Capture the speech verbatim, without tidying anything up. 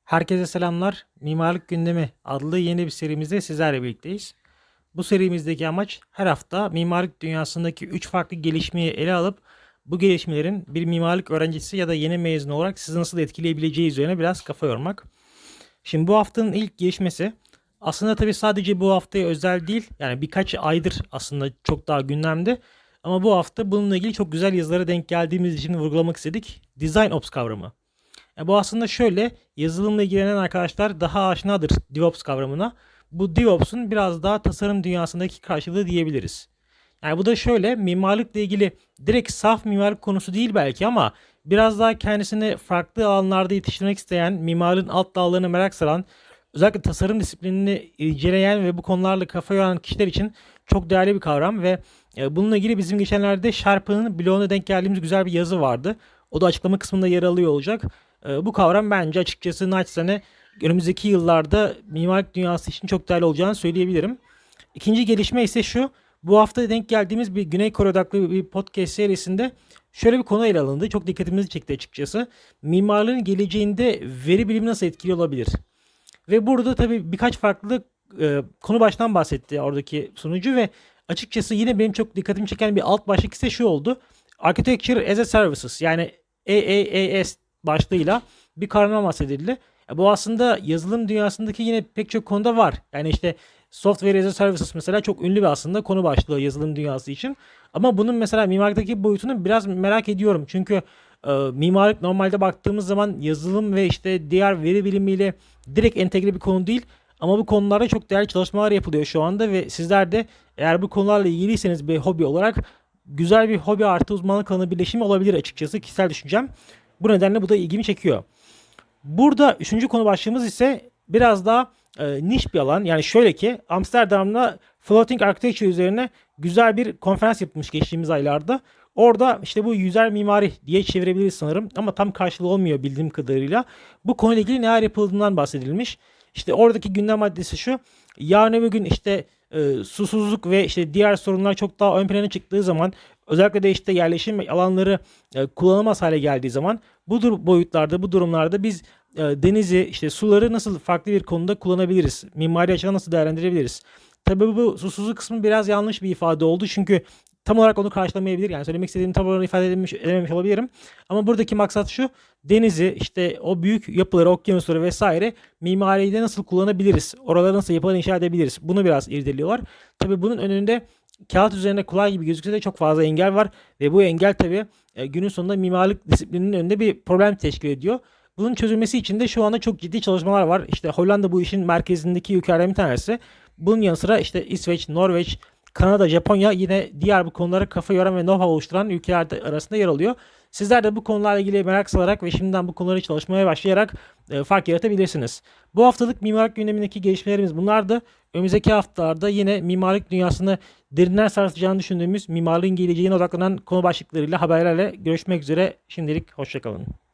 Herkese selamlar. Mimarlık Gündemi adlı yeni bir serimizde sizlerle birlikteyiz. Bu serimizdeki amaç her hafta mimarlık dünyasındaki üç farklı gelişmeyi ele alıp bu gelişmelerin bir mimarlık öğrencisi ya da yeni mezun olarak sizi nasıl etkileyebileceği üzerine biraz kafa yormak. Şimdi bu haftanın ilk gelişmesi aslında tabii sadece bu haftaya özel değil. Yani birkaç aydır aslında çok daha gündemde. Ama bu hafta bununla ilgili çok güzel yazılara denk geldiğimiz için vurgulamak istedik. Design Ops kavramı. E, bu aslında şöyle, yazılımla ilgilenen arkadaşlar daha aşinadır DevOps kavramına. Bu DevOps'un biraz daha tasarım dünyasındaki karşılığı diyebiliriz. Yani bu da şöyle, mimarlıkla ilgili direkt saf mimarlık konusu değil belki ama biraz daha kendisini farklı alanlarda yetiştirmek isteyen, mimarın alt dallarına merak saran, özellikle tasarım disiplinini inceleyen ve bu konularla kafa yoran kişiler için çok değerli bir kavram ve e, bununla ilgili bizim geçenlerde Sharp'ın bloguna denk geldiğimiz güzel bir yazı vardı. O da açıklama kısmında yer alıyor olacak. E, bu kavram bence açıkçası naçizane önümüzdeki yıllarda mimarlık dünyası için çok değerli olacağını söyleyebilirim. İkinci gelişme ise şu. Bu hafta denk geldiğimiz bir Güney Kore odaklı bir podcast serisinde şöyle bir konu ele alındı. Çok dikkatimizi çekti açıkçası. Mimarlığın geleceğinde veri bilimi nasıl etkili olabilir? Ve burada tabii birkaç farklı e, konu baştan bahsetti oradaki sunucu ve açıkçası yine benim çok dikkatimi çeken bir alt başlık ise şu oldu. Architecture as a Services, yani A A A S başlığıyla bir kavramdan bahsedildi. Ya bu aslında yazılım dünyasındaki yine pek çok konuda var. Yani işte Software as a Services mesela çok ünlü bir aslında konu başlığı yazılım dünyası için. Ama bunun mesela mimarlıktaki boyutunu biraz merak ediyorum. Çünkü e, mimarlık normalde baktığımız zaman yazılım ve işte diğer veri bilimiyle direkt entegre bir konu değil. Ama bu konularda çok değerli çalışmalar yapılıyor şu anda ve sizler de eğer bu konularla ilgiliyseniz bir hobi olarak güzel bir hobi artı uzmanlık alanı birleşimi olabilir açıkçası, kişisel düşüncem. Bu nedenle bu da ilgimi çekiyor. Burada üçüncü konu başlığımız ise biraz daha e, niş bir alan. Yani şöyle ki Amsterdam'da Floating Architecture üzerine güzel bir konferans yapılmış geçtiğimiz aylarda. Orada işte bu yüzer mimari diye çevirebiliriz sanırım ama tam karşılığı olmuyor bildiğim kadarıyla. Bu konuyla ilgili neler yapıldığından bahsedilmiş. İşte oradaki gündem maddesi şu. Yarın öbür gün işte e, susuzluk ve işte diğer sorunlar çok daha ön plana çıktığı zaman, özellikle de işte yerleşim alanları e, kullanılmaz hale geldiği zaman bu dur- boyutlarda, bu durumlarda biz e, denizi, işte suları nasıl farklı bir konuda kullanabiliriz? Mimari açıdan nasıl değerlendirebiliriz? Tabii bu susuzluk kısmı biraz yanlış bir ifade oldu. Çünkü tam olarak onu karşılamayabilir. Yani söylemek istediğim tam olarak ifade edememiş, edememiş olabilirim. Ama buradaki maksat şu. Denizi, işte o büyük yapıları, okyanusları vesaire mimaride nasıl kullanabiliriz? Oraları nasıl yapılar inşa edebiliriz? Bunu biraz irdeliyorlar. Tabii bunun önünde kağıt üzerinde kolay gibi gözükse de çok fazla engel var. Ve bu engel tabii e, günün sonunda mimarlık disiplininin önünde bir problem teşkil ediyor. Bunun çözülmesi için de şu anda çok ciddi çalışmalar var. İşte Hollanda bu işin merkezindeki ülkelerden bir tanesi. Bunun yanı sıra işte İsveç, Norveç, Kanada, Japonya yine diğer bu konulara kafa yoran ve know-how oluşturan ülkeler arasında yer alıyor. Sizler de bu konularla ilgili merak salarak ve şimdiden bu konuları çalışmaya başlayarak e, fark yaratabilirsiniz. Bu haftalık mimarlık gündemindeki gelişmelerimiz bunlardı. Önümüzdeki haftalarda yine mimarlık dünyasını derinden sarsacağını düşündüğümüz mimarlığın geleceğine odaklanan konu başlıklarıyla, haberlerle görüşmek üzere. Şimdilik hoşçakalın.